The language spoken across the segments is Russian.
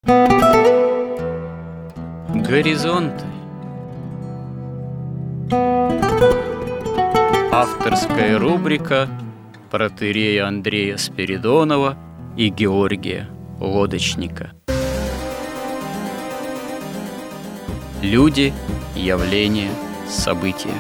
Горизонты. Авторская рубрика протоиерея Андрея Спиридонова и Георгия Лодочника. Люди, явления, события.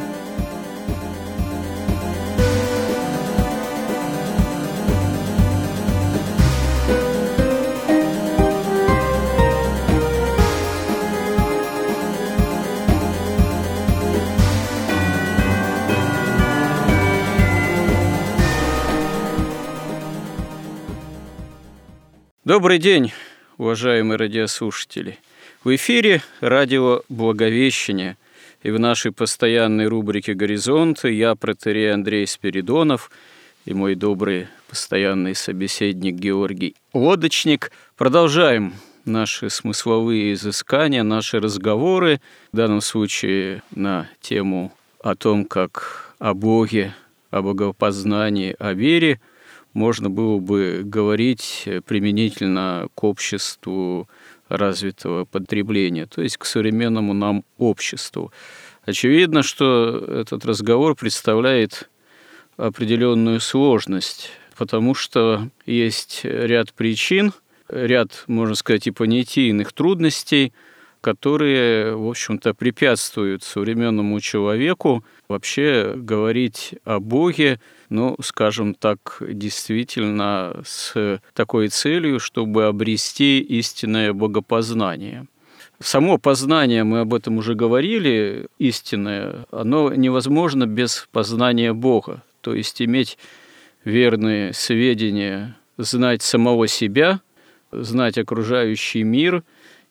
Добрый день, уважаемые радиослушатели! В эфире радио «Благовещение», и в нашей постоянной рубрике «Горизонты» я, протоиерей Андрей Спиридонов, и мой добрый постоянный собеседник Георгий Лодочник продолжаем наши смысловые изыскания, наши разговоры, в данном случае на тему о том, как о Боге, о богопознании, о вере можно было бы говорить применительно к обществу развитого потребления, то есть к современному нам обществу. Очевидно, что этот разговор представляет определенную сложность, потому что есть ряд причин, ряд, можно сказать, и понятийных трудностей, которые, в общем-то, препятствуют современному человеку вообще говорить о Боге, скажем так, действительно с такой целью, чтобы обрести истинное богопознание. Само познание, мы об этом уже говорили, истинное, оно невозможно без познания Бога, то есть иметь верные сведения, знать самого себя, знать окружающий мир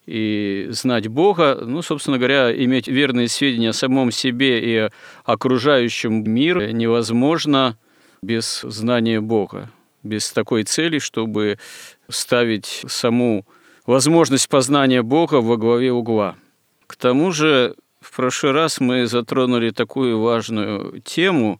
и знать Бога, собственно говоря, иметь верные сведения о самом себе и окружающем мире невозможно без знания Бога, без такой цели, чтобы ставить саму возможность познания Бога во главе угла. К тому же, в прошлый раз мы затронули такую важную тему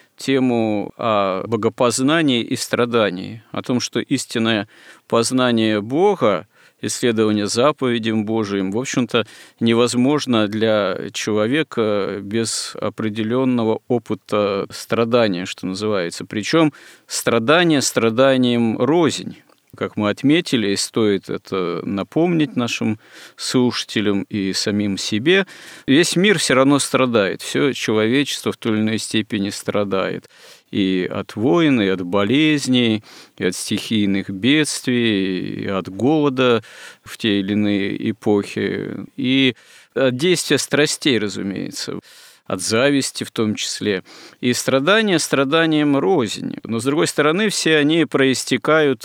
о богопознании и страдании, о том, что истинное познание Бога, исследование заповедям Божиим, в общем-то, невозможно для человека без определенного опыта страдания, что называется. Причем страдание страданием рознь. Как мы отметили, и стоит это напомнить нашим слушателям и самим себе, весь мир все равно страдает, все человечество в той или иной степени страдает. И от войн, и от болезней, и от стихийных бедствий, и от голода в те или иные эпохи, и от действия страстей, разумеется, от зависти в том числе. И страдания страданием рознь. Но, с другой стороны, все они проистекают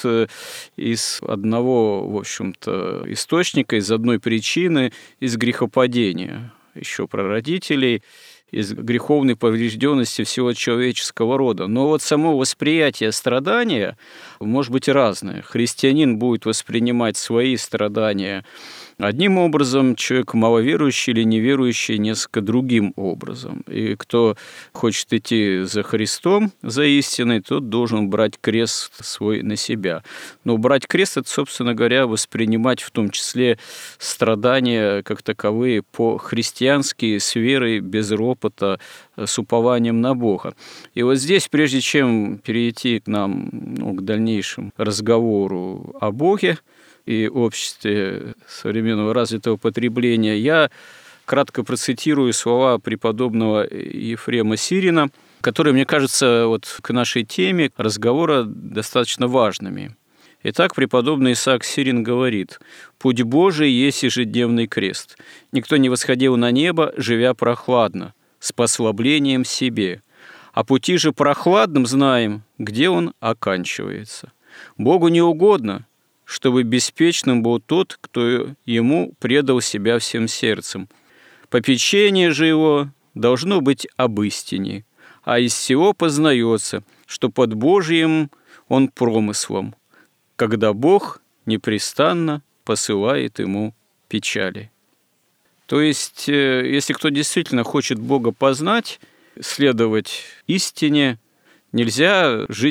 из одного, в общем-то, источника, из одной причины, из грехопадения, еще прародителей, из греховной поврежденности всего человеческого рода. Но вот само восприятие страдания может быть разное. Христианин будет воспринимать свои страдания одним образом, человек маловерующий или неверующий несколько другим образом. И кто хочет идти за Христом, за истиной, тот должен брать крест свой на себя. Но брать крест – это, собственно говоря, воспринимать в том числе страдания как таковые по-христиански, с верой, без ропота, с упованием на Бога. И вот здесь, прежде чем перейти к дальнейшему разговору о Боге и обществе современного развитого потребления, я кратко процитирую слова преподобного Ефрема Сирина, которые, мне кажется, к нашей теме разговора достаточно важными. Итак, преподобный Исаак Сирин говорит: «Путь Божий есть ежедневный крест. Никто не восходил на небо, живя прохладно, с послаблением себе. О пути же прохладном знаем, где он оканчивается. Богу не угодно, чтобы беспечным был тот, кто ему предал себя всем сердцем. Попечение же его должно быть об истине, а из всего познается, что под Божьим он промыслом, когда Бог непрестанно посылает ему печали». То есть, если кто действительно хочет Бога познать, следовать истине, нельзя жить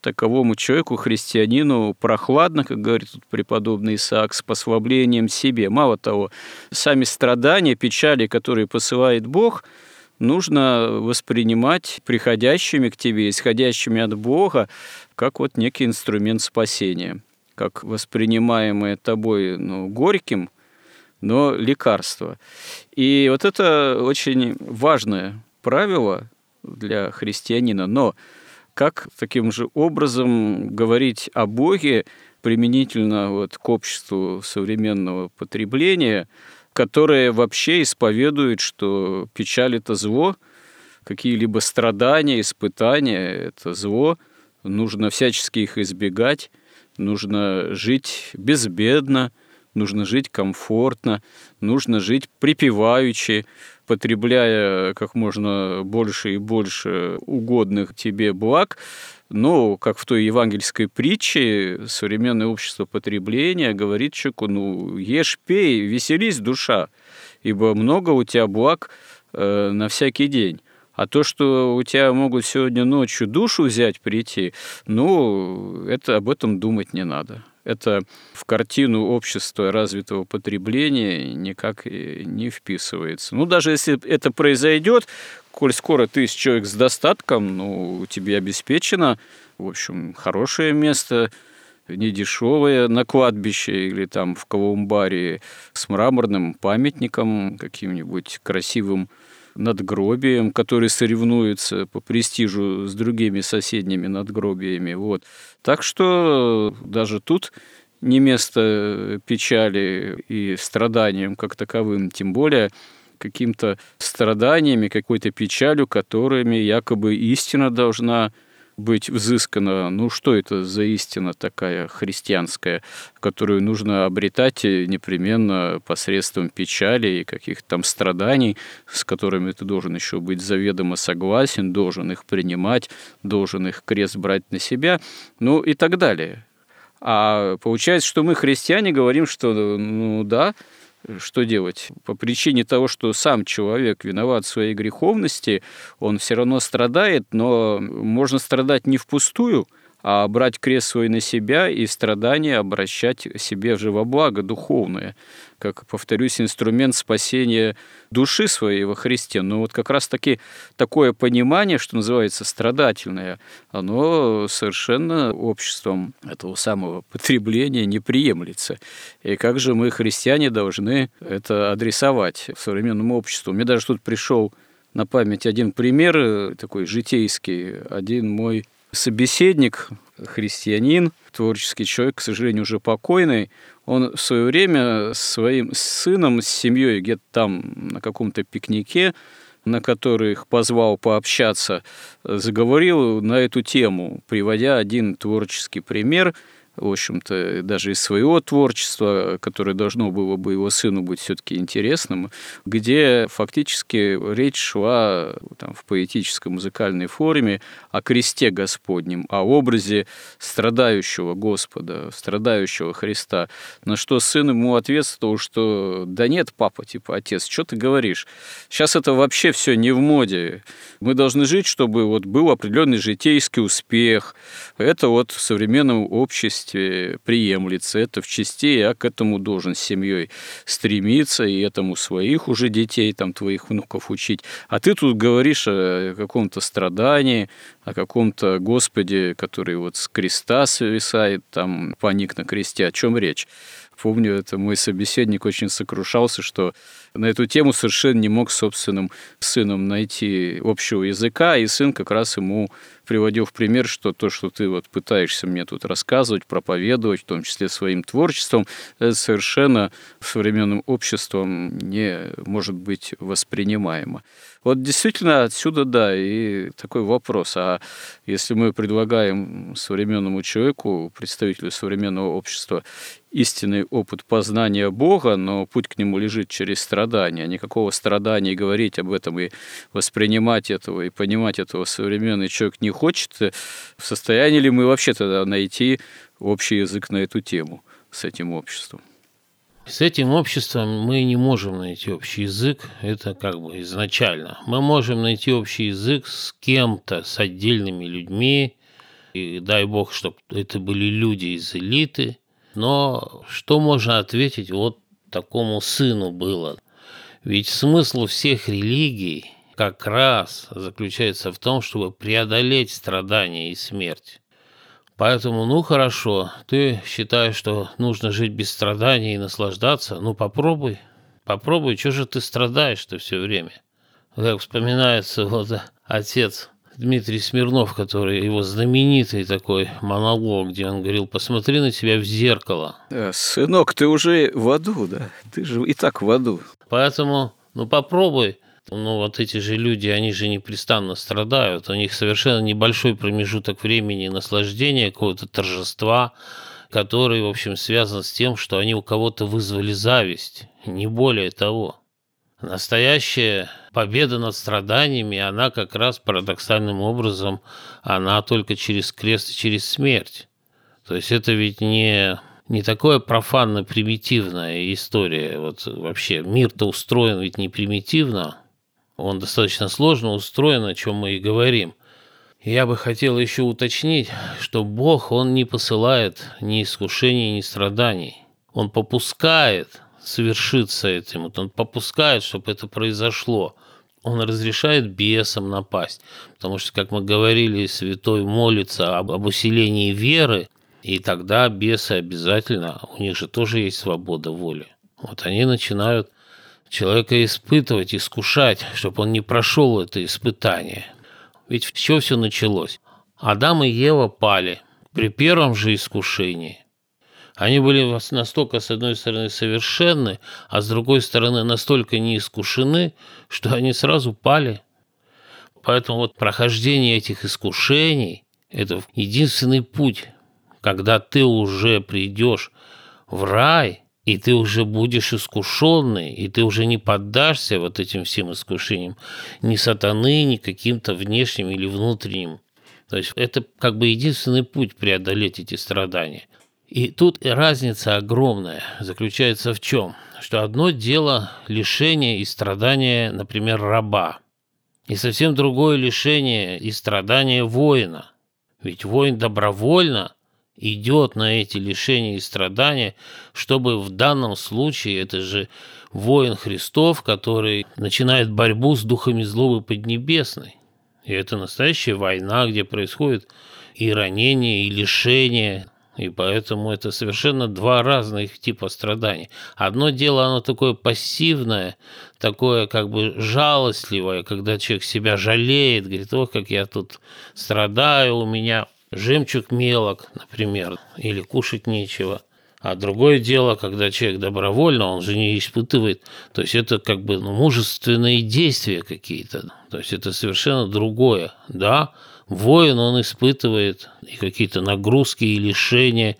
таковому человеку, христианину, прохладно, как говорит тут преподобный Исаак, с послаблением себе. Мало того, сами страдания, печали, которые посылает Бог, нужно воспринимать приходящими к тебе, исходящими от Бога, как вот некий инструмент спасения, как воспринимаемое тобой горьким, но лекарство. И вот это очень важное правило для христианина. Но как таким же образом говорить о Боге применительно к обществу современного потребления, которое вообще исповедует, что печаль – это зло, какие-либо страдания, испытания – это зло, нужно всячески их избегать, нужно жить безбедно, нужно жить комфортно, нужно жить припеваючи, потребляя как можно больше и больше угодных тебе благ. Но, как в той евангельской притче, современное общество потребления говорит человеку: ешь, пей, веселись, душа, ибо много у тебя благ на всякий день. А то, что у тебя могут сегодня ночью душу взять, прийти, это об этом думать не надо. Это в картину общества развитого потребления никак не вписывается. Даже если это произойдет, коль скоро ты человек с достатком, тебе обеспечено, в общем, хорошее место, недешевое на кладбище или там в Колумбарии с мраморным памятником, каким-нибудь красивым надгробием, который соревнуется по престижу с другими соседними надгробиями. Так что даже тут не место печали и страданиям как таковым, тем более каким-то страданиями, какой-то печалью, которыми якобы истина должна быть взыскана. Что это за истина такая христианская, которую нужно обретать непременно посредством печали и каких-то там страданий, с которыми ты должен еще быть заведомо согласен, должен их принимать, должен их крест брать на себя, и так далее. А получается, что мы, христиане, говорим, что да, что делать? По причине того, что сам человек виноват в своей греховности, он все равно страдает, но можно страдать не впустую, а брать крест свой на себя и страдания обращать себе же во благо духовное, как, повторюсь, инструмент спасения души своей во Христе. Но как раз-таки такое понимание, что называется страдательное, оно совершенно обществом этого самого потребления не приемлется. И как же мы, христиане, должны это адресовать современному обществу? Мне даже тут пришел на память один пример, такой житейский. Один мой собеседник, христианин, творческий человек, к сожалению, уже покойный, он в свое время с своим сыном, с семьей где-то там на каком-то пикнике, на который их позвал пообщаться, заговорил на эту тему, приводя один творческий пример, в общем-то, даже из своего творчества, которое должно было бы его сыну быть все-таки интересным, где фактически речь шла в поэтической музыкальной форме о кресте Господнем, о образе страдающего Господа, страдающего Христа, на что сын ему ответствовал, что да нет, папа, отец, что ты говоришь? Сейчас это вообще все не в моде. Мы должны жить, чтобы был определенный житейский успех. Это в современном обществе приемлется, это в чести, я к этому должен с семьей стремиться, и этому своих уже детей, твоих внуков учить. А ты тут говоришь о каком-то страдании, о каком-то Господе, который с креста свисает, паник на кресте. О чем речь? Помню, это мой собеседник очень сокрушался, что на эту тему совершенно не мог с собственным сыном найти общего языка, и сын как раз ему приводил в пример, что то, что ты пытаешься мне тут рассказывать, проповедовать, в том числе своим творчеством, это совершенно современным обществом не может быть воспринимаемо. Действительно отсюда, да, и такой вопрос. А если мы предлагаем современному человеку, представителю современного общества, истинный опыт познания Бога, но путь к нему лежит через страдания, никакого страдания и говорить об этом, и воспринимать этого, и понимать этого современный человек не хочет, в состоянии ли мы вообще тогда найти общий язык на эту тему с этим обществом? С этим обществом мы не можем найти общий язык, это изначально. Мы можем найти общий язык с кем-то, с отдельными людьми, И дай бог, чтобы это были люди из элиты. Но что можно ответить вот такому сыну было? Ведь смысл всех религий как раз заключается в том, чтобы преодолеть страдания и смерть. Поэтому, хорошо, ты считаешь, что нужно жить без страданий и наслаждаться? Попробуй. Попробуй, что же ты страдаешь-то все время? Как вспоминается отец Дмитрий Смирнов, который его знаменитый такой монолог, где он говорил: посмотри на себя в зеркало. Сынок, ты уже в аду, да? Ты же и так в аду. Поэтому, попробуй. Эти же люди, они же непрестанно страдают. У них совершенно небольшой промежуток времени наслаждения, какого-то торжества, который, в общем, связан с тем, что они у кого-то вызвали зависть, не более того. Настоящая победа над страданиями, она как раз парадоксальным образом, она только через крест и через смерть. То есть это ведь не такое профанно-примитивная история. Вообще мир-то устроен ведь не примитивно, он достаточно сложно устроен, о чем мы и говорим. Я бы хотел еще уточнить, что Бог, Он не посылает ни искушений, ни страданий. Он попускает совершиться этим, он попускает, чтобы это произошло. Он разрешает бесам напасть, потому что, как мы говорили, святой молится об усилении веры, и тогда бесы обязательно, у них же тоже есть свобода воли. Они начинают человека испытывать, искушать, чтобы он не прошел это испытание. Ведь с чего все началось? Адам и Ева пали при первом же искушении. Они были настолько, с одной стороны, совершенны, а с другой стороны, настолько неискушены, что они сразу пали. Поэтому прохождение этих искушений – это единственный путь, когда ты уже придешь в рай, и ты уже будешь искушенный, и ты уже не поддашься этим всем искушениям ни сатаны, ни каким-то внешним или внутренним. То есть это единственный путь преодолеть эти страдания. И тут разница огромная заключается в чем? Что одно дело лишение и страдания, например, раба, и совсем другое лишение и страдания воина. Ведь воин добровольно идет на эти лишения и страдания, чтобы в данном случае, это же воин Христов, который начинает борьбу с духами злобы поднебесной. И это настоящая война, где происходит и ранение, и лишение. И поэтому это совершенно два разных типа страданий. Одно дело, оно такое пассивное, такое жалостливое, когда человек себя жалеет, говорит: ох, как я тут страдаю, у меня жемчуг мелок, например, или кушать нечего. А другое дело, когда человек добровольно, он же не испытывает, то есть это мужественные действия какие-то, то есть это совершенно другое, да. Воин, он испытывает и какие-то нагрузки, и лишения,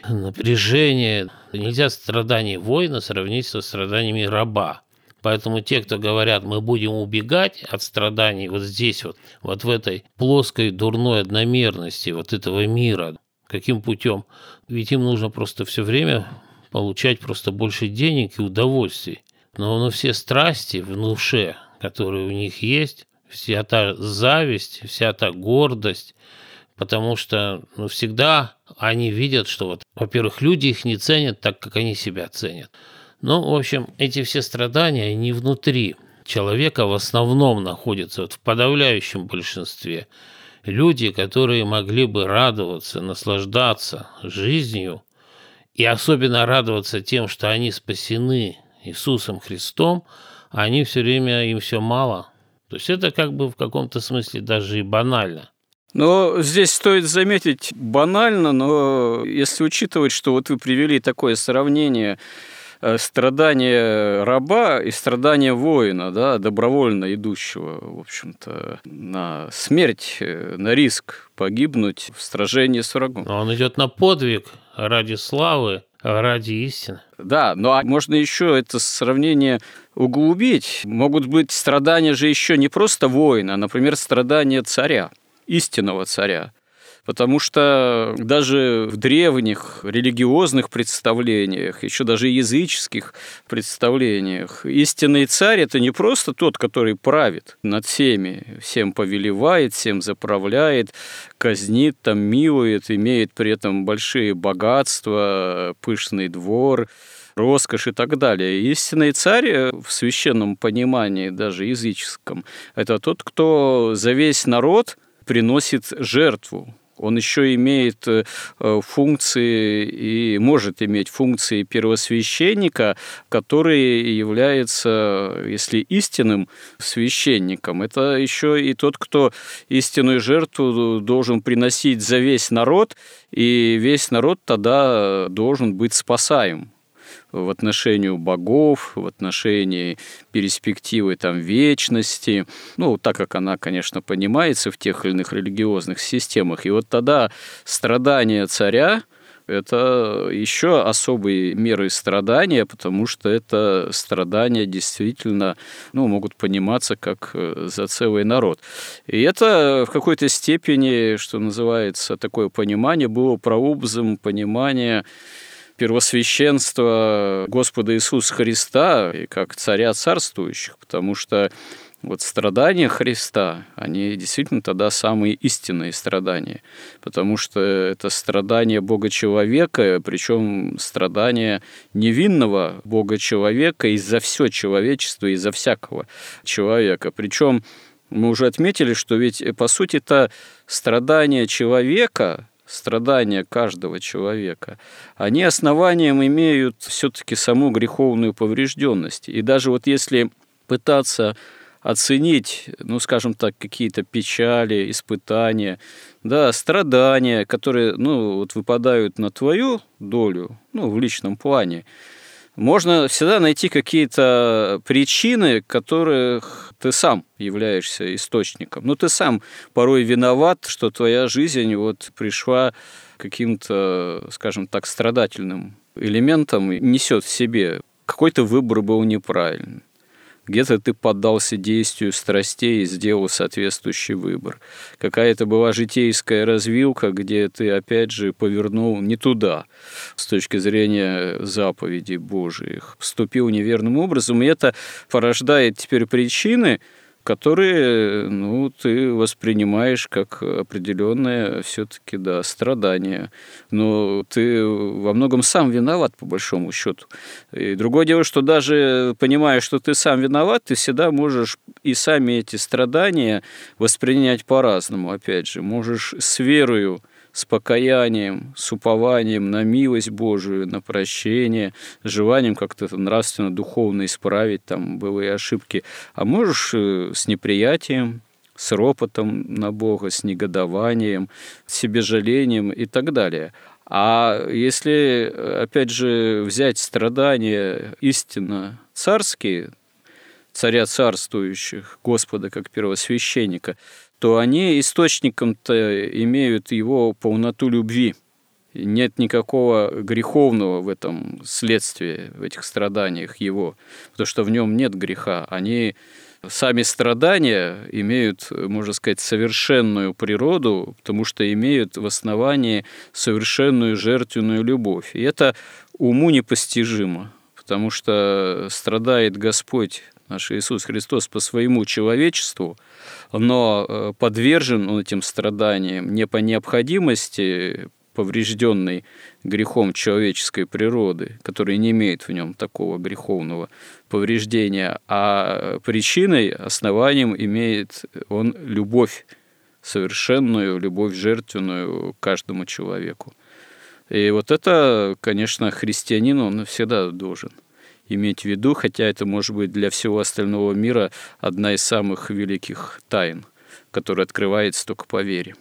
напряжение. Нельзя страдания воина сравнить со страданиями раба. Поэтому те, кто говорят, мы будем убегать от страданий здесь, в этой плоской дурной одномерности этого мира, каким путем? Ведь им нужно просто все время получать просто больше денег и удовольствий. Но все страсти в душе, которые у них есть, вся та зависть, вся та гордость, потому что всегда они видят, что, во-первых, люди их не ценят так, как они себя ценят. В общем, эти все страдания, они внутри человека в основном находятся, в подавляющем большинстве. Люди, которые могли бы радоваться, наслаждаться жизнью, и особенно радоваться тем, что они спасены Иисусом Христом, они все время, им все мало. То есть это в каком-то смысле даже и банально. Но здесь стоит заметить, банально, но если учитывать, что вы привели такое сравнение страдания раба и страдания воина, да, добровольно идущего, в общем-то, на смерть, на риск погибнуть в сражении с врагом. Но он идет на подвиг ради славы, ради истины. Да, но можно еще это сравнение углубить. Могут быть страдания же еще не просто воина, а, например, страдания царя, истинного царя. Потому что даже в древних религиозных представлениях, еще даже языческих представлениях, истинный царь – это не просто тот, который правит над всеми, всем повелевает, всем заправляет, казнит, там, милует, имеет при этом большие богатства, пышный двор, роскошь и так далее. Истинный царь в священном понимании, даже языческом, это тот, кто за весь народ приносит жертву. Он еще имеет функции и может иметь функции первосвященника, который является, если истинным священником, это еще и тот, кто истинную жертву должен приносить за весь народ, и весь народ тогда должен быть спасаем в отношении богов, в отношении перспективы там, вечности, так как она, конечно, понимается в тех или иных религиозных системах. И вот тогда страдания царя – это еще особые меры страдания, потому что это страдания действительно могут пониматься как за целый народ. И это в какой-то степени, что называется, такое понимание было прообразом понимания первосвященства Господа Иисуса Христа и как царя царствующих, потому что вот страдания Христа, они действительно тогда самые истинные страдания, потому что это страдания Бога-человека, причем страдания невинного Бога-человека и за все человечество, и за всякого человека. Причем мы уже отметили, что ведь, по сути, это страдания человека, страдания каждого человека, они основанием имеют все-таки саму греховную поврежденность. И даже вот если пытаться оценить, скажем так, какие-то печали, испытания, страдания, которые, выпадают на твою долю, в личном плане, можно всегда найти какие-то причины, которых ты сам являешься источником. Ты сам порой виноват, что твоя жизнь пришла каким-то, скажем так, страдательным элементом, несет в себе. Какой-то выбор был неправильный. Где-то ты поддался действию страстей и сделал соответствующий выбор. Какая-то была житейская развилка, где ты, опять же, повернул не туда, с точки зрения заповедей Божиих. Вступил неверным образом, и это порождает теперь причины, которые, ты воспринимаешь как определенное все-таки, страдание. Но ты во многом сам виноват, по большому счету. И другое дело, что даже понимая, что ты сам виноват, ты всегда можешь и сами эти страдания воспринять по-разному, опять же. Можешь с верою, с покаянием, с упованием на милость Божию, на прощение, с желанием как-то нравственно, духовно исправить там былые ошибки. А можешь с неприятием, с ропотом на Бога, с негодованием, с себежалением и так далее. А если, опять же, взять страдания истинно царские, царя царствующих, Господа как первосвященника, то они источником-то имеют его полноту любви. Нет никакого греховного в этом следствии, в этих страданиях его, потому что в нем нет греха. Они, сами страдания, имеют, можно сказать, совершенную природу, потому что имеют в основании совершенную жертвенную любовь. И это уму непостижимо, потому что страдает Господь наш Иисус Христос по своему человечеству, но подвержен он этим страданиям не по необходимости, поврежденной грехом человеческой природы, которая не имеет в нем такого греховного повреждения, а причиной, основанием имеет он любовь совершенную, любовь жертвенную к каждому человеку. И вот это, конечно, христианин, он всегда должен иметь в виду, хотя это, может быть, для всего остального мира одна из самых великих тайн, которая открывается только по вере.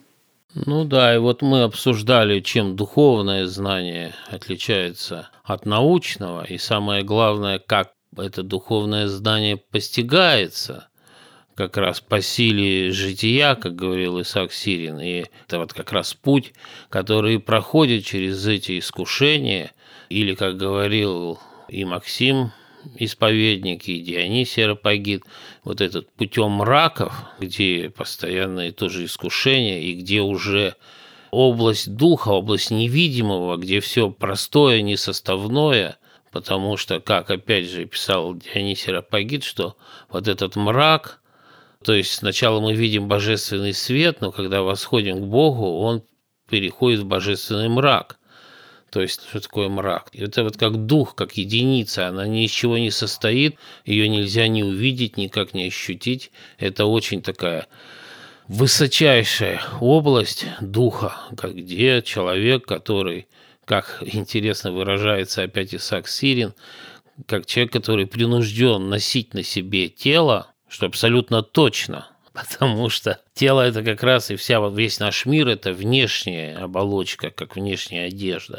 И вот мы обсуждали, чем духовное знание отличается от научного, и самое главное, как это духовное знание постигается, как раз по силе жития, как говорил Исаак Сирин, и это вот как раз путь, который проходит через эти искушения, или, как говорил и Максим, исповедник, и Дионисий Ареопагит, вот этот путем мраков, где постоянные тоже искушения, и где уже область духа, область невидимого, где все простое, несоставное, потому что, как опять же писал Дионисий Ареопагит, что вот этот мрак, то есть сначала мы видим божественный свет, но когда восходим к Богу, он переходит в божественный мрак. То есть, что такое мрак? Это вот как дух, как единица, она ни из чего не состоит, ее нельзя ни увидеть, никак не ощутить. Это очень такая высочайшая область духа, где человек, который, как интересно выражается опять Исаак Сирин, как человек, который принужден носить на себе тело, что абсолютно точно, потому что тело – это как раз и весь наш мир – это внешняя оболочка, как внешняя одежда.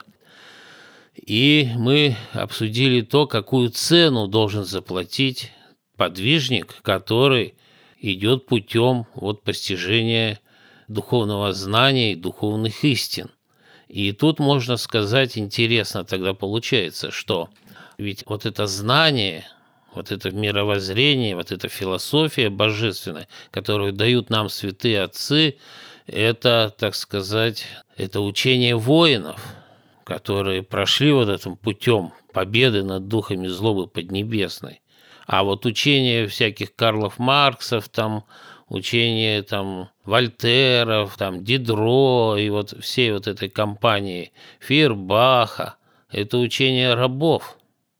И мы обсудили то, какую цену должен заплатить подвижник, который идет путем постижения духовного знания и духовных истин. И тут можно сказать, интересно тогда получается, что ведь вот это знание, вот это мировоззрение, вот эта философия божественная, которую дают нам святые отцы, это, так сказать, это учение воинов, которые прошли вот этим путем победы над духами злобы поднебесной. А вот учение всяких Карлов Марксов, там, учение там, Вольтеров, там, Дидро и вот всей вот этой компании Фейербаха – это учение рабов.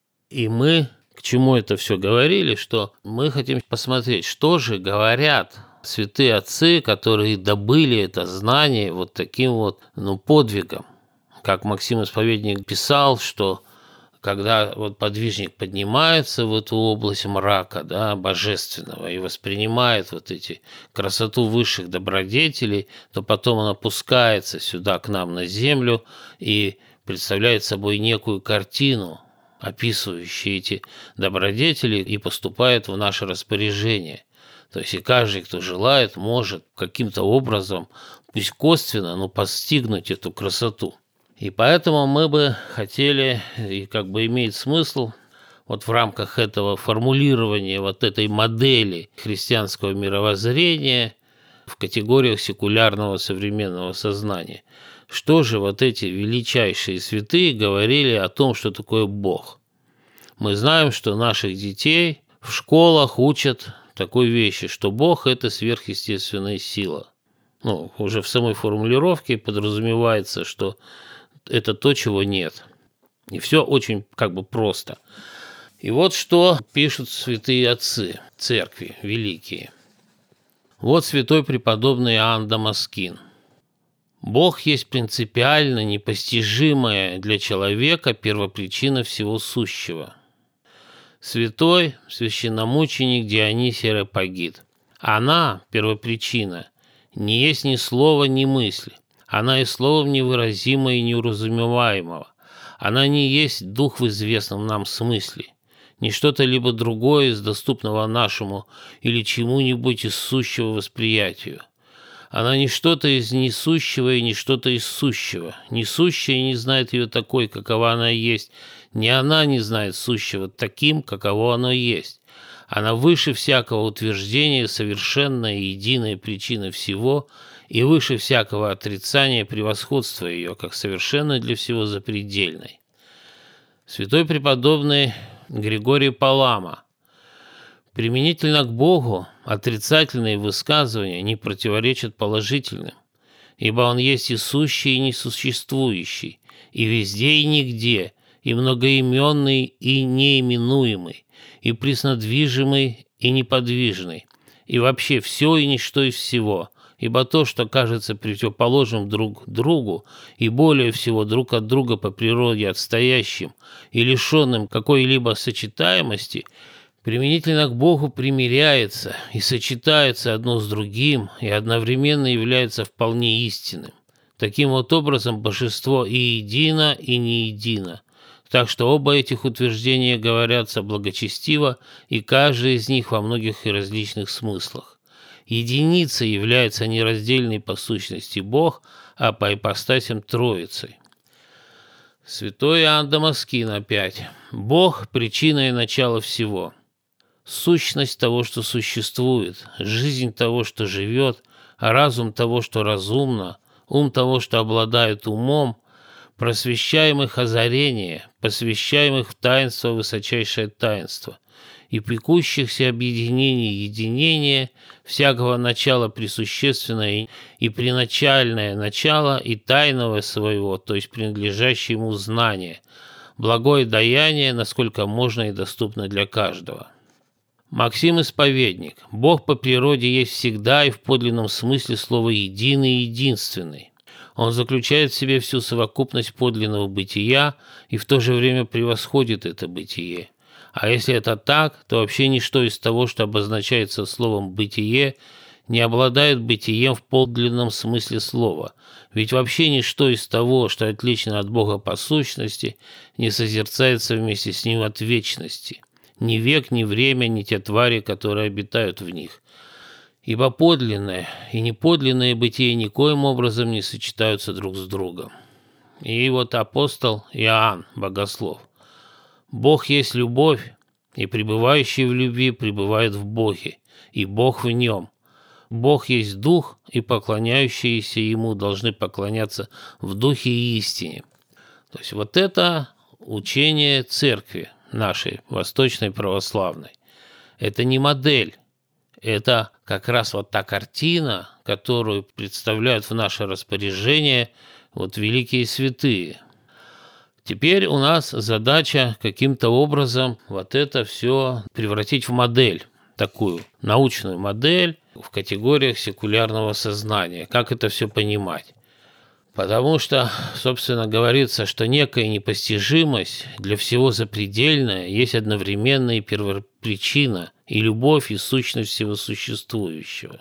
И мы к чему это все говорили, что мы хотим посмотреть, что же говорят святые отцы, которые добыли это знание вот таким подвигом. Как Максим Исповедник писал, что когда подвижник поднимается в эту область мрака, божественного, и воспринимает красоту высших добродетелей, то потом он опускается сюда к нам на землю и представляет собой некую картину, описывающую эти добродетели, и поступает в наше распоряжение. То есть и каждый, кто желает, может каким-то образом, пусть косвенно, но постигнуть эту красоту. И поэтому мы бы хотели, и имеет смысл в рамках этого формулирования этой модели христианского мировоззрения в категориях секулярного современного сознания. Что же эти величайшие святые говорили о том, что такое Бог? Мы знаем, что наших детей в школах учат такой вещи, что Бог – это сверхъестественная сила. Уже в самой формулировке подразумевается, что это то, чего нет. И все очень просто. И вот что пишут святые отцы церкви великие. Вот святой преподобный Иоанн Дамаскин. Бог есть принципиально непостижимая для человека первопричина всего сущего. Святой священномученик Дионисий Ареопагит. Она, первопричина, не есть ни слова, ни мысли. Она и словом невыразимого и неуразумеваемого. Она не есть дух в известном нам смысле, не что-то либо другое из доступного нашему или чему-нибудь из сущего восприятию. Она не что-то из несущего и не что-то из сущего. Несущая не знает ее такой, какова она есть. Ни она не знает сущего таким, каково оно есть. Она выше всякого утверждения, совершенная и единая причина всего, и выше всякого отрицания превосходства ее, как совершенно для всего запредельной. Святой преподобный Григорий Палама. Применительно к Богу отрицательные высказывания не противоречат положительным, ибо Он есть и сущий, и несуществующий, и везде, и нигде, и многоименный, и неименуемый, и преснодвижимый, и неподвижный, и вообще все и ничто из всего, ибо то, что кажется противоположным друг другу и более всего друг от друга по природе отстоящим и лишенным какой-либо сочетаемости, применительно к Богу примиряется и сочетается одно с другим и одновременно является вполне истинным. Таким образом, божество и едино, и не едино. Так что оба этих утверждения говорятся благочестиво, и каждое из них во многих и различных смыслах. Единица является нераздельной по сущности Бог, а по ипостасям Троицей. Святой Иоанн Дамаскин опять. Бог – причина и начало всего. Сущность того, что существует, жизнь того, что живет, а разум того, что разумно, ум того, что обладает умом, просвещаемых озарение, посвящаемых в таинство высочайшее таинство, и пекущихся объединение единения всякого начала присущественное и приначальное начало и тайного своего, то есть принадлежащее ему знание, благое даяние, насколько можно и доступно для каждого. Максим Исповедник. Бог по природе есть всегда и в подлинном смысле слова «единый» и «единственный». Он заключает в себе всю совокупность подлинного бытия и в то же время превосходит это бытие. А если это так, то вообще ничто из того, что обозначается словом «бытие», не обладает бытием в подлинном смысле слова. Ведь вообще ничто из того, что отлично от Бога по сущности, не созерцается вместе с Ним от вечности. Ни век, ни время, ни те твари, которые обитают в них. Ибо подлинное и неподлинное бытие никоим образом не сочетаются друг с другом. И вот апостол Иоанн, богослов. Бог есть любовь, и пребывающий в любви пребывает в Боге, и Бог в нем. Бог есть Дух, и поклоняющиеся Ему должны поклоняться в Духе и истине. То есть вот это учение церкви нашей, восточной православной. Это не модель. Это как раз вот та картина, которую представляют в наше распоряжение вот великие святые. Теперь у нас задача каким-то образом вот это все превратить в модель, такую научную модель в категориях секулярного сознания. Как это все понимать? Потому что, собственно, говорится, что некая непостижимость для всего запредельная есть одновременно и первопричина, и любовь, и сущность всего существующего.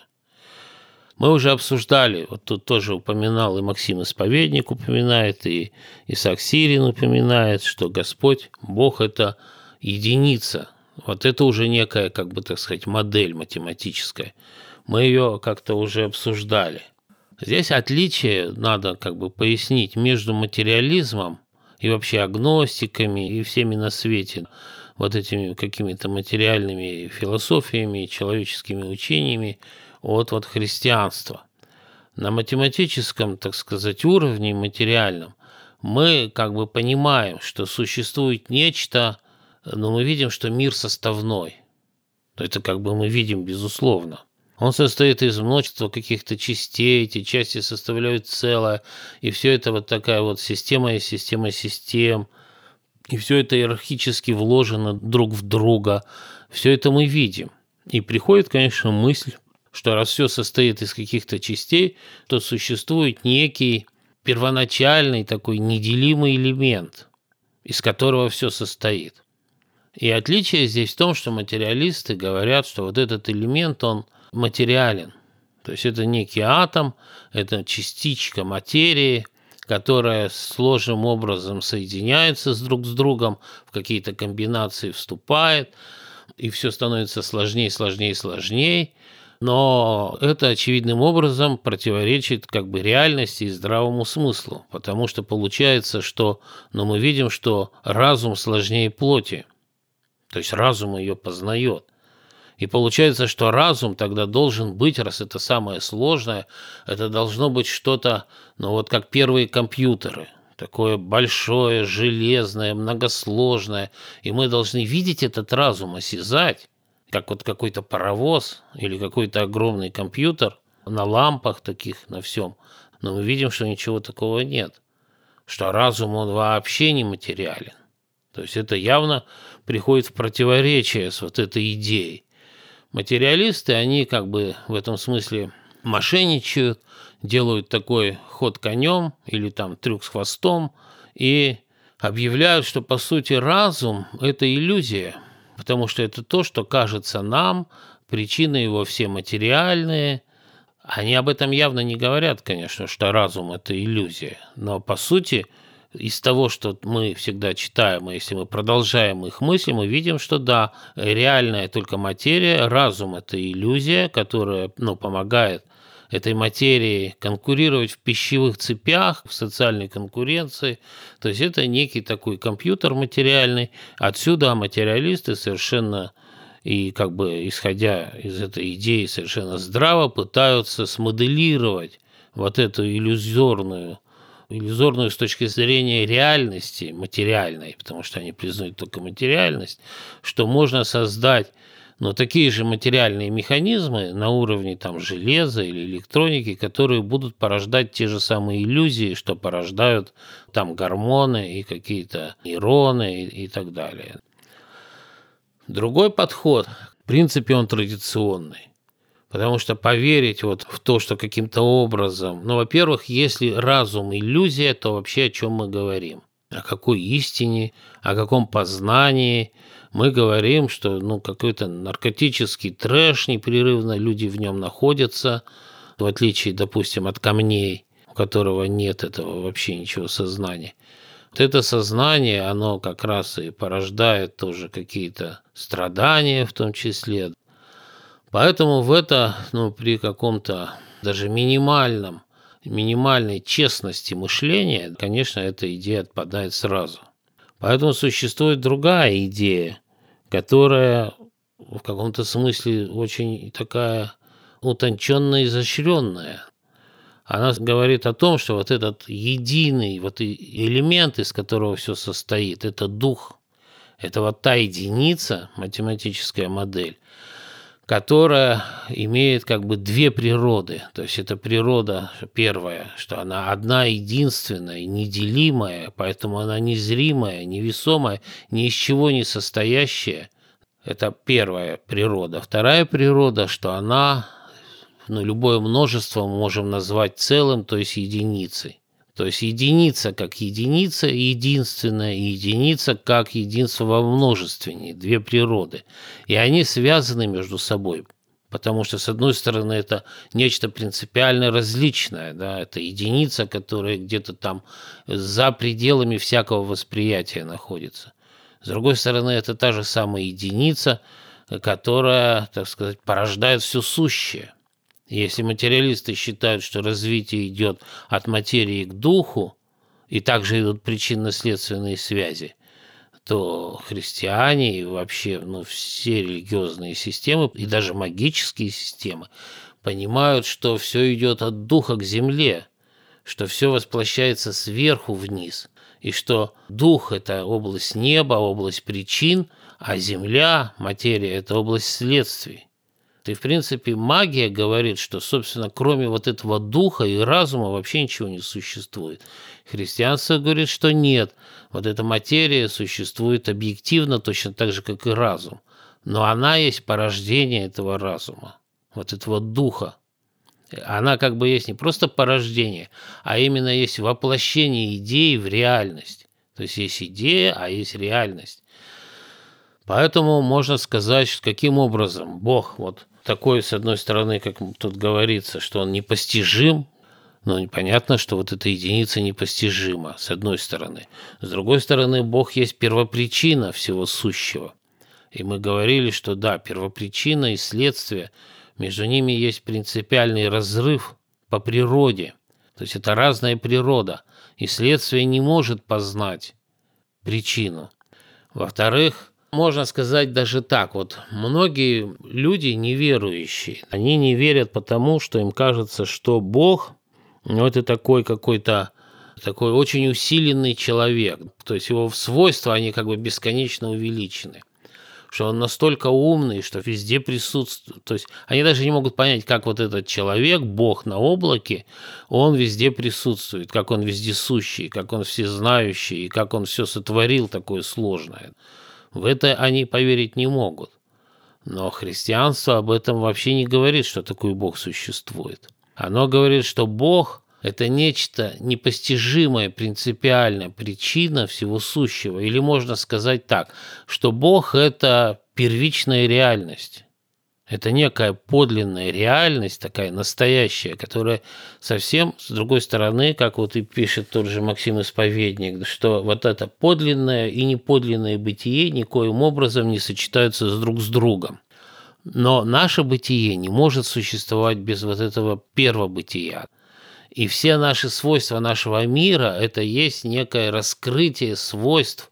Мы уже обсуждали, вот тут тоже упоминал, и Максим Исповедник упоминает, и Исаак Сирин упоминает, что Господь, Бог – это единица. Вот это уже некая, как бы так сказать, модель математическая. Мы ее как-то уже обсуждали. Здесь отличие надо как бы пояснить между материализмом и вообще агностиками и всеми на свете, вот этими какими-то материальными философиями, человеческими учениями от христианства. На математическом, так сказать, уровне материальном мы как бы понимаем, что существует нечто, но мы видим, что мир составной. Это как бы мы видим безусловно. Он состоит из множества каких-то частей, эти части составляют целое, и все это вот такая вот система из систем, и все это иерархически вложено друг в друга. Все это мы видим. И приходит, конечно, мысль, что раз все состоит из каких-то частей, то существует некий первоначальный такой неделимый элемент, из которого все состоит. И отличие здесь в том, что материалисты говорят, что вот этот элемент, он материален. То есть это некий атом, это частичка материи, которая сложным образом соединяется друг с другом, в какие-то комбинации вступает, и все становится сложнее, сложнее, сложнее. Но это очевидным образом противоречит как бы реальности и здравому смыслу, потому что получается, что мы видим, что разум сложнее плоти, то есть разум ее познает. И получается, что разум тогда должен быть, раз это самое сложное, это должно быть что-то, вот как первые компьютеры, такое большое, железное, многосложное, и мы должны видеть этот разум, осязать, как вот какой-то паровоз или какой-то огромный компьютер на лампах таких, на всем, но мы видим, что ничего такого нет, что разум, он вообще не материален. То есть это явно приходит в противоречие с вот этой идеей. Материалисты, они как бы в этом смысле мошенничают, делают такой ход конем или там трюк с хвостом и объявляют, что по сути разум – это иллюзия, потому что это то, что кажется нам, причины его все материальные. Они об этом явно не говорят, конечно, что разум – это иллюзия, но по сути из того, что мы всегда читаем, и если мы продолжаем их мысли, мы видим, что да, реальная только материя, разум – это иллюзия, которая помогает этой материи конкурировать в пищевых цепях, в социальной конкуренции. То есть это некий такой компьютер материальный. Отсюда материалисты совершенно и как бы исходя из этой идеи совершенно здраво пытаются смоделировать вот эту иллюзорную с точки зрения реальности, материальной, потому что они признают только материальность, что можно создать такие же материальные механизмы на уровне там, железа или электроники, которые будут порождать те же самые иллюзии, что порождают там гормоны и какие-то нейроны и так далее. Другой подход, в принципе, он традиционный. Потому что поверить в то, что каким-то образом... во-первых, если разум – иллюзия, то вообще о чем мы говорим? О какой истине, о каком познании? Мы говорим, что какой-то наркотический трэш непрерывно, люди в нем находятся, в отличие, допустим, от камней, у которого нет этого вообще ничего сознания. Вот это сознание, оно как раз и порождает тоже какие-то страдания в том числе. Поэтому в это, при каком-то даже минимальной честности мышления, конечно, эта идея отпадает сразу. Поэтому существует другая идея, которая в каком-то смысле очень такая утонченная, изощренная. Она говорит о том, что вот этот единый элемент, из которого все состоит, это дух. Это вот та единица, математическая модель, которая имеет как бы две природы. То есть это природа первая, что она одна, единственная, неделимая, поэтому она незримая, невесомая, ни из чего не состоящая. Это первая природа. Вторая природа, что она, любое множество мы можем назвать целым, то есть единицей. То есть единица как единица, единственная, и единица как единство во множествении, две природы. И они связаны между собой, потому что, с одной стороны, это нечто принципиально различное, да, это единица, которая где-то там за пределами всякого восприятия находится. С другой стороны, это та же самая единица, которая, так сказать, порождает все сущее. Если материалисты считают, что развитие идет от материи к духу, и также идут причинно-следственные связи, то христиане и вообще все религиозные системы, и даже магические системы, понимают, что все идет от духа к земле, что все восплощается сверху вниз, и что дух – это область неба, область причин, а земля, материя – это область следствий. И, в принципе, магия говорит, что, собственно, кроме вот этого духа и разума вообще ничего не существует. Христианство говорит, что нет. Вот эта материя существует объективно точно так же, как и разум. Но она есть порождение этого разума, вот этого духа. Она как бы есть не просто порождение, а именно есть воплощение идеи в реальность. То есть есть идея, а есть реальность. Поэтому можно сказать, каким образом Бог такой, с одной стороны, как тут говорится, что он непостижим, но непонятно, что вот эта единица непостижима, с одной стороны. С другой стороны, Бог есть первопричина всего сущего. И мы говорили, что да, первопричина и следствие, между ними есть принципиальный разрыв по природе. То есть это разная природа, и следствие не может познать причину. Во-вторых, можно сказать даже так, многие люди неверующие, они не верят потому, что им кажется, что Бог, это такой какой-то такой очень усиленный человек, то есть его свойства, они как бы бесконечно увеличены, что он настолько умный, что везде присутствует, то есть они даже не могут понять, как этот человек, Бог на облаке, он везде присутствует, как он вездесущий, как он всезнающий, и как он все сотворил такое сложное. В это они поверить не могут. Но христианство об этом вообще не говорит, что такой Бог существует. Оно говорит, что Бог – это нечто непостижимое, принципиальная причина всего сущего. Или можно сказать так, что Бог – это первичная реальность. Это некая подлинная реальность, такая настоящая, которая совсем с другой стороны, как и пишет тот же Максим Исповедник, что вот это подлинное и неподлинное бытие никоим образом не сочетаются друг с другом. Но наше бытие не может существовать без вот этого первобытия. И все наши свойства нашего мира – это есть некое раскрытие свойств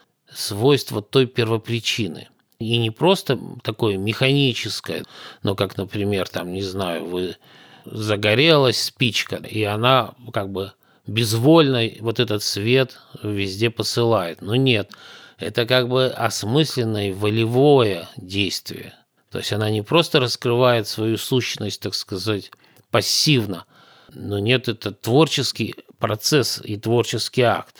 той первопричины. И не просто такое механическое, но как, например, вы загорелась спичка, и она как бы безвольно вот этот свет везде посылает. Но нет, это как бы осмысленное волевое действие. То есть она не просто раскрывает свою сущность, так сказать, пассивно, но нет, это творческий процесс и творческий акт.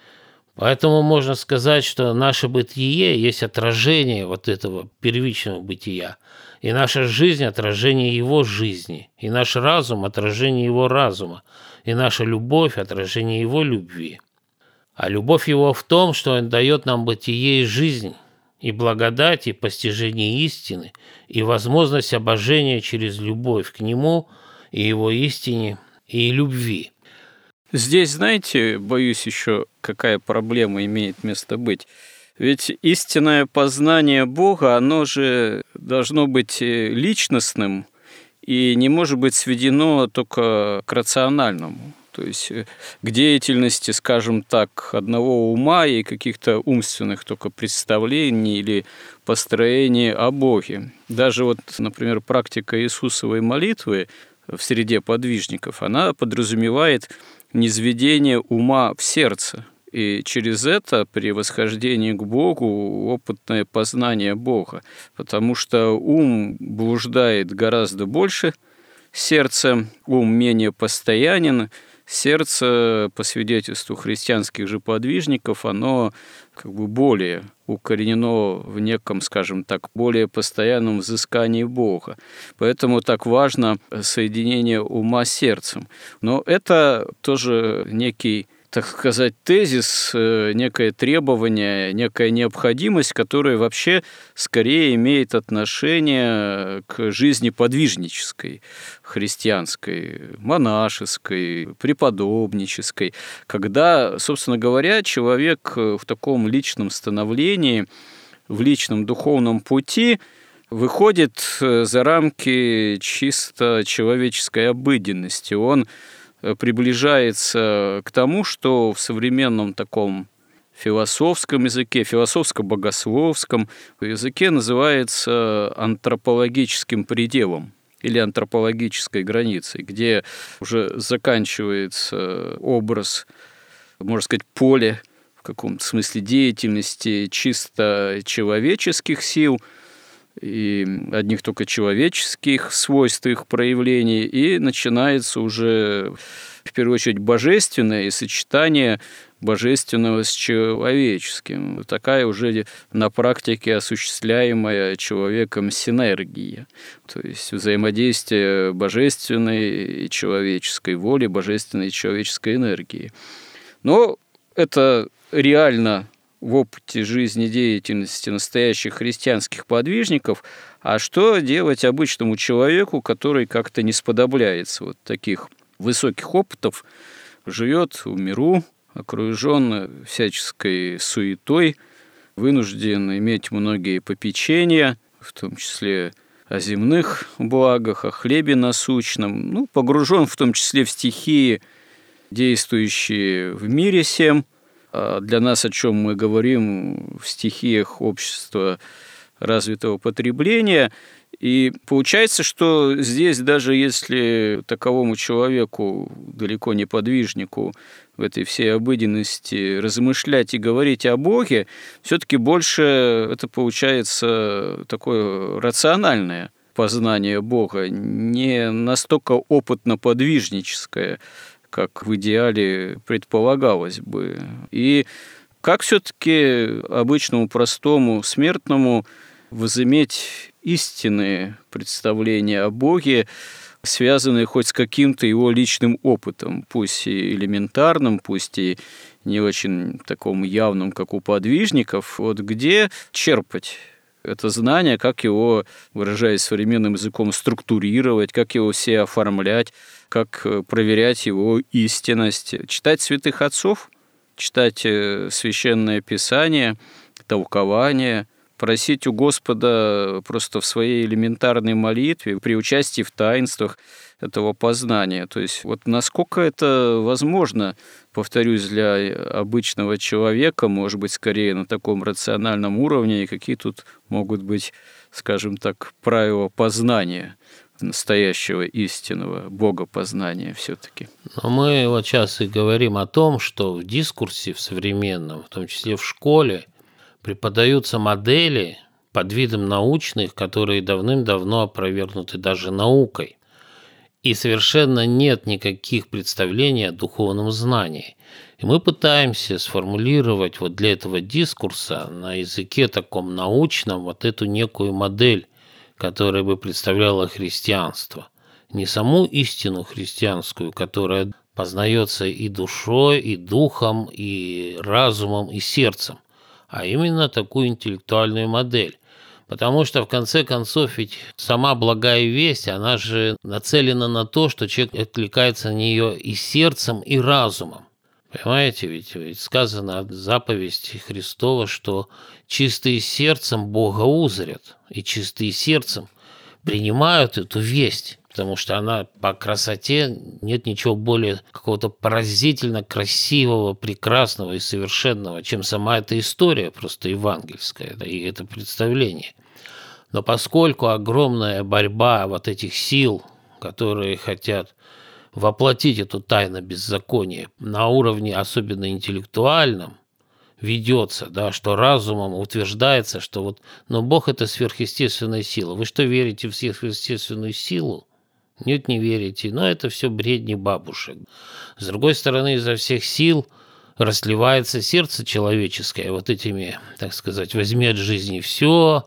Поэтому можно сказать, что наше бытие есть отражение вот этого первичного бытия, и наша жизнь – отражение его жизни, и наш разум – отражение его разума, и наша любовь – отражение его любви. А любовь его в том, что он дает нам бытие и жизнь, и благодать, и постижение истины, и возможность обожения через любовь к нему, и его истине, и любви. Здесь, знаете, боюсь, еще какая проблема имеет место быть. Ведь истинное познание Бога, оно же должно быть личностным и не может быть сведено только к рациональному. То есть к деятельности, скажем так, одного ума и каких-то умственных только представлений или построений о Боге. Даже вот, например, практика Иисусовой молитвы в среде подвижников, она подразумевает низведение ума в сердце. И через это при восхождении к Богу опытное познание Бога. Потому что ум блуждает гораздо больше сердца, ум менее постоянен. Сердце, по свидетельству христианских же подвижников, оно как бы более укоренено в неком, скажем так, более постоянном взыскании Бога. Поэтому так важно соединение ума с сердцем. Но это тоже некий, так сказать, тезис, некое требование, некая необходимость, которая вообще скорее имеет отношение к жизни подвижнической, христианской, монашеской, преподобнической, когда, собственно говоря, человек в таком личном становлении, в личном духовном пути выходит за рамки чисто человеческой обыденности. Он приближается к тому, что в современном таком философском языке, философско-богословском языке называется антропологическим пределом или антропологической границей, где уже заканчивается образ, можно сказать, поле в каком-то смысле деятельности чисто человеческих сил, и одних только человеческих свойств их проявлений, и начинается уже, в первую очередь, божественное и сочетание божественного с человеческим. Такая уже на практике осуществляемая человеком синергия, то есть взаимодействие божественной и человеческой воли, божественной и человеческой энергии. Но это реально в опыте жизнедеятельности настоящих христианских подвижников, а что делать обычному человеку, который как-то не сподобляется вот таких высоких опытов, живет в миру, окружен всяческой суетой, вынужден иметь многие попечения, в том числе о земных благах, о хлебе насущном, погружен в том числе в стихии, действующие в мире сем. А для нас, о чем мы говорим, в стихиях общества развитого потребления. И получается, что здесь, даже если таковому человеку, далеко не подвижнику, в этой всей обыденности размышлять и говорить о Боге, все-таки больше это получается такое рациональное познание Бога, не настолько опытно-подвижническое, как в идеале предполагалось бы. И как все-таки обычному простому смертному возыметь истинные представления о Боге, связанные хоть с каким-то его личным опытом, пусть и элементарным, пусть и не очень таком явном, как у подвижников, вот где черпать это знание, как его, выражаясь современным языком, структурировать, как его все оформлять, как проверять его истинность, читать святых отцов, читать священное писание, толкование, просить у Господа просто в своей элементарной молитве, при участии в таинствах этого познания. То есть вот насколько это возможно, повторюсь, для обычного человека, может быть, скорее на таком рациональном уровне, и какие тут могут быть, скажем так, правила познания настоящего истинного богопознания все-таки. Но мы вот сейчас и говорим о том, что в дискурсе в современном, в том числе в школе, преподаются модели под видом научных, которые давным-давно опровергнуты даже наукой. И совершенно нет никаких представлений о духовном знании. И мы пытаемся сформулировать вот для этого дискурса на языке таком научном вот эту некую модель, которая бы представляла христианство. Не саму истину христианскую, которая познается и душой, и духом, и разумом, и сердцем, а именно такую интеллектуальную модель. Потому что, в конце концов, ведь сама благая весть, она же нацелена на то, что человек откликается на нее и сердцем, и разумом. Понимаете, ведь сказано заповедь Христова, что чистые сердцем Бога узрят, и чистые сердцем принимают эту весть, потому что она по красоте, нет ничего более какого-то поразительно красивого, прекрасного и совершенного, чем сама эта история просто евангельская, и это представление. Но поскольку огромная борьба вот этих сил, которые хотят воплотить эту тайну беззакония на уровне особенно интеллектуальном, ведется, да, что разумом утверждается, что вот, но Бог – это сверхъестественная сила. Вы что, верите в сверхъестественную силу? Нет, не верите. Но это все бредни бабушек. С другой стороны, изо всех сил расливается сердце человеческое вот этими, так сказать, возьми от жизни все,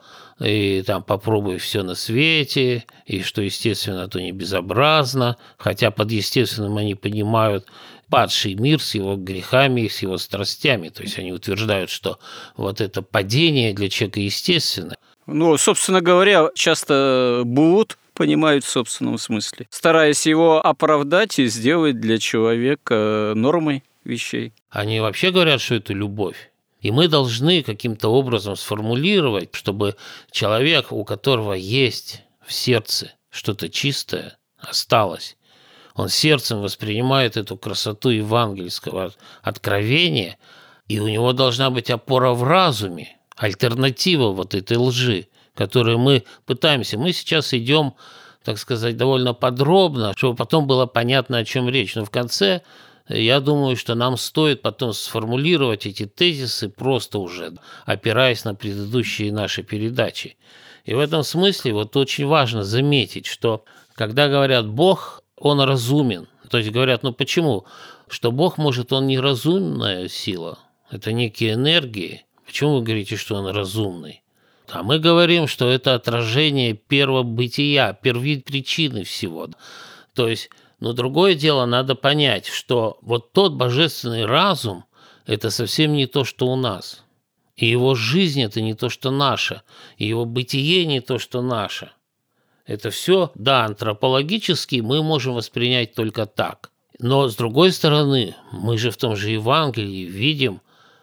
и там попробуй все на свете, и что естественно, то не безобразно, хотя под естественным они понимают падший мир с его грехами и с его страстями. То есть они утверждают, что вот это падение для человека естественно. Ну, собственно говоря, часто блуд понимают в собственном смысле, стараясь его оправдать и сделать для человека нормой вещей. Они вообще говорят, что это любовь. И мы должны каким-то образом сформулировать, чтобы человек, у которого есть в сердце что-то чистое, осталось. Он сердцем воспринимает эту красоту евангельского откровения, и у него должна быть опора в разуме, альтернатива вот этой лжи, которую мы пытаемся. Мы сейчас идем, так сказать, довольно подробно, чтобы потом было понятно, о чем речь. Но в конце, я думаю, что нам стоит потом сформулировать эти тезисы просто уже, опираясь на предыдущие наши передачи. И в этом смысле вот очень важно заметить, что когда говорят «Бог», он разумен. То есть говорят, ну почему? Что Бог, может, он не разумная сила, это некие энергии. Почему вы говорите, что он разумный? А мы говорим, что это отражение первобытия, первопричины всего. То есть, но другое дело, надо понять, что вот тот божественный разум – это совсем не то, что у нас. И его жизнь – это не то, что наше. И его бытие не то, что наше. Это все, да, антропологически мы можем воспринять только так. Но, с другой стороны, мы же в том же Евангелии видим,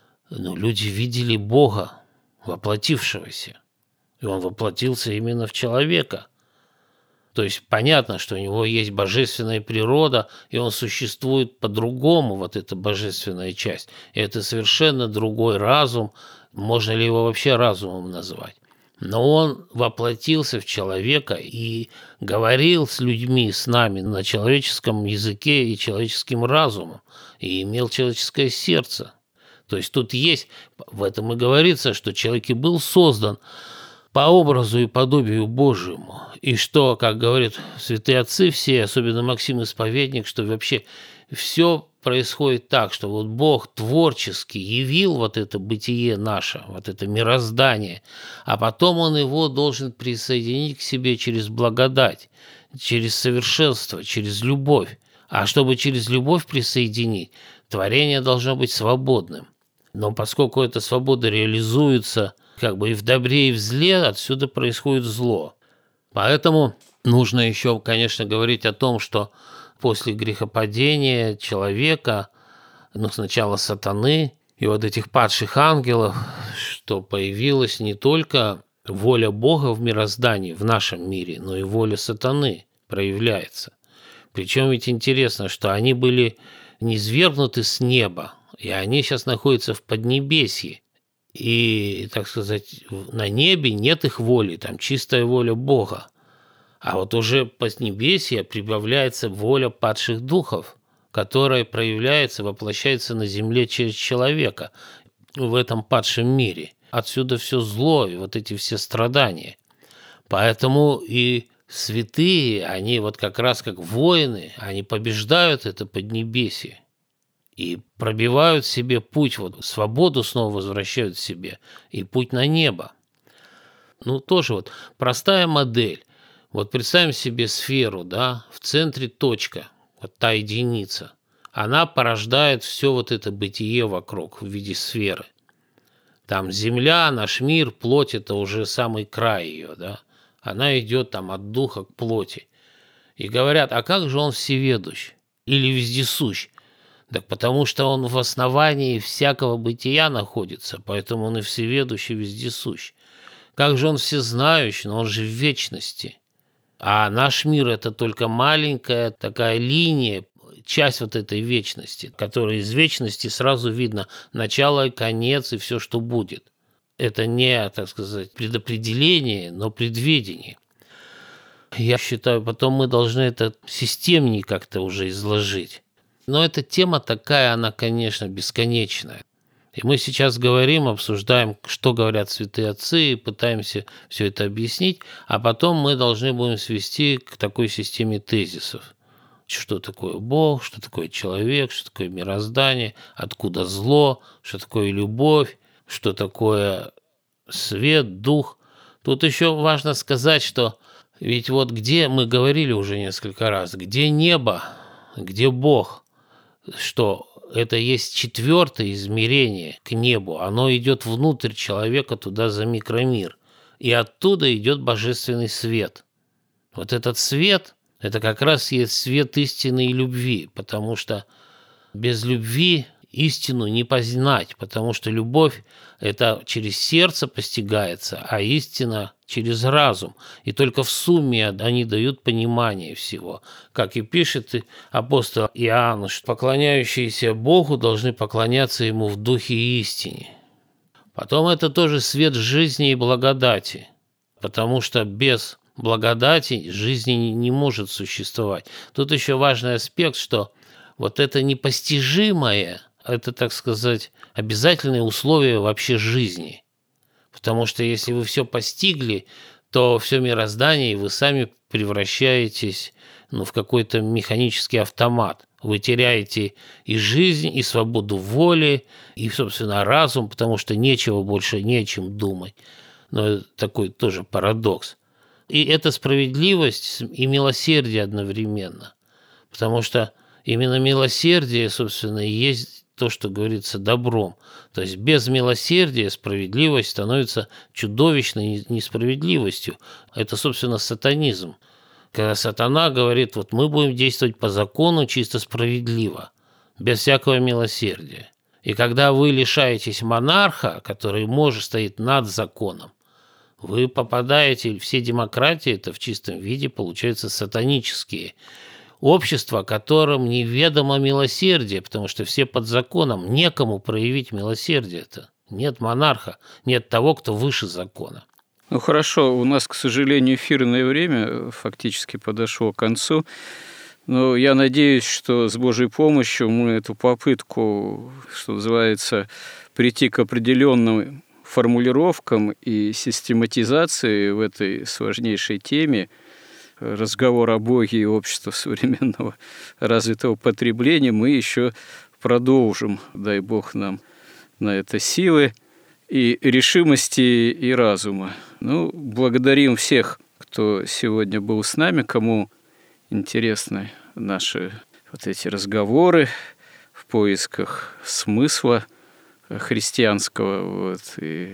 люди видели Бога, воплотившегося. И он воплотился именно в человека. То есть понятно, что у него есть божественная природа, и он существует по-другому, вот эта божественная часть. И это совершенно другой разум. Можно ли его вообще разумом назвать? Но он воплотился в человека и говорил с людьми, с нами на человеческом языке и человеческим разумом, и имел человеческое сердце. То есть тут есть, в этом и говорится, что человек и был создан по образу и подобию Божьему. И что, как говорят святые отцы все, особенно Максим Исповедник, что вообще все происходит так, что вот Бог творчески явил вот это бытие наше, вот это мироздание, а потом Он его должен присоединить к себе через благодать, через совершенство, через любовь. А чтобы через любовь присоединить, творение должно быть свободным. Но поскольку эта свобода реализуется как бы и в добре, и в зле, отсюда происходит зло. Поэтому нужно еще, конечно, говорить о том, что после грехопадения человека, сначала сатаны и вот этих падших ангелов, что появилась не только воля Бога в мироздании, в нашем мире, но и воля сатаны проявляется. Причем ведь интересно, что они были низвергнуты с неба, и они сейчас находятся в Поднебесье. И, так сказать, на небе нет их воли, там чистая воля Бога. А вот уже поднебесье прибавляется воля падших духов, которая проявляется, воплощается на земле через человека в этом падшем мире. Отсюда все зло и вот эти все страдания. Поэтому и святые, они вот как раз как воины, они побеждают это поднебесье и пробивают себе путь, вот свободу снова возвращают себе и путь на небо. Тоже вот простая модель. Вот представим себе сферу, да, в центре точка, вот та единица. Она порождает все вот это бытие вокруг в виде сферы. Там земля, наш мир, плоть – это уже самый край ее, да. Она идет там от духа к плоти. И говорят, а как же он всеведущ или вездесущ? Так потому что он в основании всякого бытия находится, поэтому он и всеведущ, и вездесущ. Как же он всезнающий, но он же в вечности. А наш мир – это только маленькая такая линия, часть вот этой вечности, которая из вечности сразу видно начало и конец и все, что будет. Это не, так сказать, предопределение, но предвидение. Я считаю, потом мы должны это системнее как-то уже изложить. Но эта тема такая, она, конечно, бесконечная. И мы сейчас говорим, обсуждаем, что говорят святые отцы, и пытаемся все это объяснить, а потом мы должны будем свести к такой системе тезисов. Что такое Бог, что такое человек, что такое мироздание, откуда зло, что такое любовь, что такое свет, дух. Тут еще важно сказать, что ведь вот где, мы говорили уже несколько раз, где небо, где Бог, что это есть четвертое измерение к небу, оно идет внутрь человека, туда за микромир, и оттуда идет божественный свет. Вот этот свет, это как раз есть свет истины и любви, потому что без любви истину не познать, потому что любовь – это через сердце постигается, а истина – через разум. И только в сумме они дают понимание всего. Как и пишет апостол Иоанн, что поклоняющиеся Богу должны поклоняться Ему в духе и истине. Потом это тоже свет жизни и благодати, потому что без благодати жизни не может существовать. Тут еще важный аспект, что вот это непостижимое – это, так сказать, обязательное условие вообще жизни. Потому что если вы все постигли, то все мироздание, и вы сами превращаетесь в какой-то механический автомат. Вы теряете и жизнь, и свободу воли, и, собственно, разум, потому что нечего больше, не о чем думать. Но это такой тоже парадокс. И это справедливость и милосердие одновременно. Потому что именно милосердие, собственно, и есть то, что говорится, добром. То есть без милосердия справедливость становится чудовищной несправедливостью. Это, собственно, сатанизм. Когда сатана говорит, вот мы будем действовать по закону чисто справедливо, без всякого милосердия. И когда вы лишаетесь монарха, который стоит над законом, вы попадаете, все демократии, это в чистом виде, получаются сатанические общество, которым неведомо милосердие, потому что все под законом, некому проявить милосердие-то. Нет монарха, нет того, кто выше закона. Хорошо, у нас, к сожалению, эфирное время фактически подошло к концу, но я надеюсь, что с Божьей помощью мы эту попытку, что называется, прийти к определенным формулировкам и систематизации в этой сложнейшей теме, разговор о Боге и обществе современного развитого потребления мы еще продолжим. Дай Бог нам на это силы и решимости и разума. Благодарим всех, кто сегодня был с нами, кому интересны наши вот эти разговоры в поисках смысла христианского и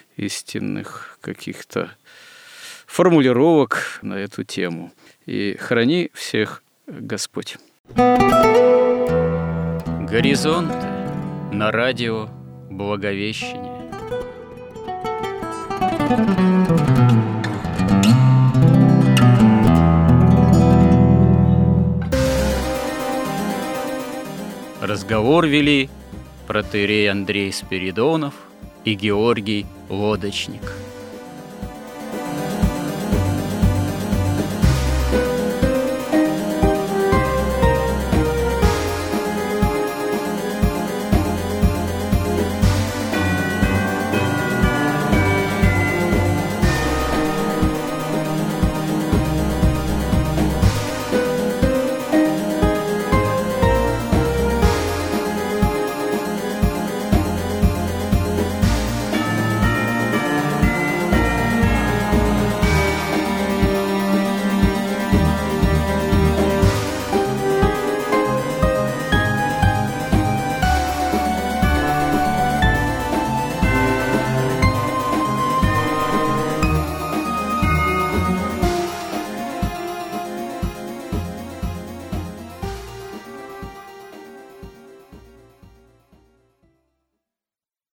истинных каких-то формулировок на эту тему. И храни всех Господь. Горизонт на радио Благовещение. Разговор вели протоиерей Андрей Спиридонов и Георгий Лодочник.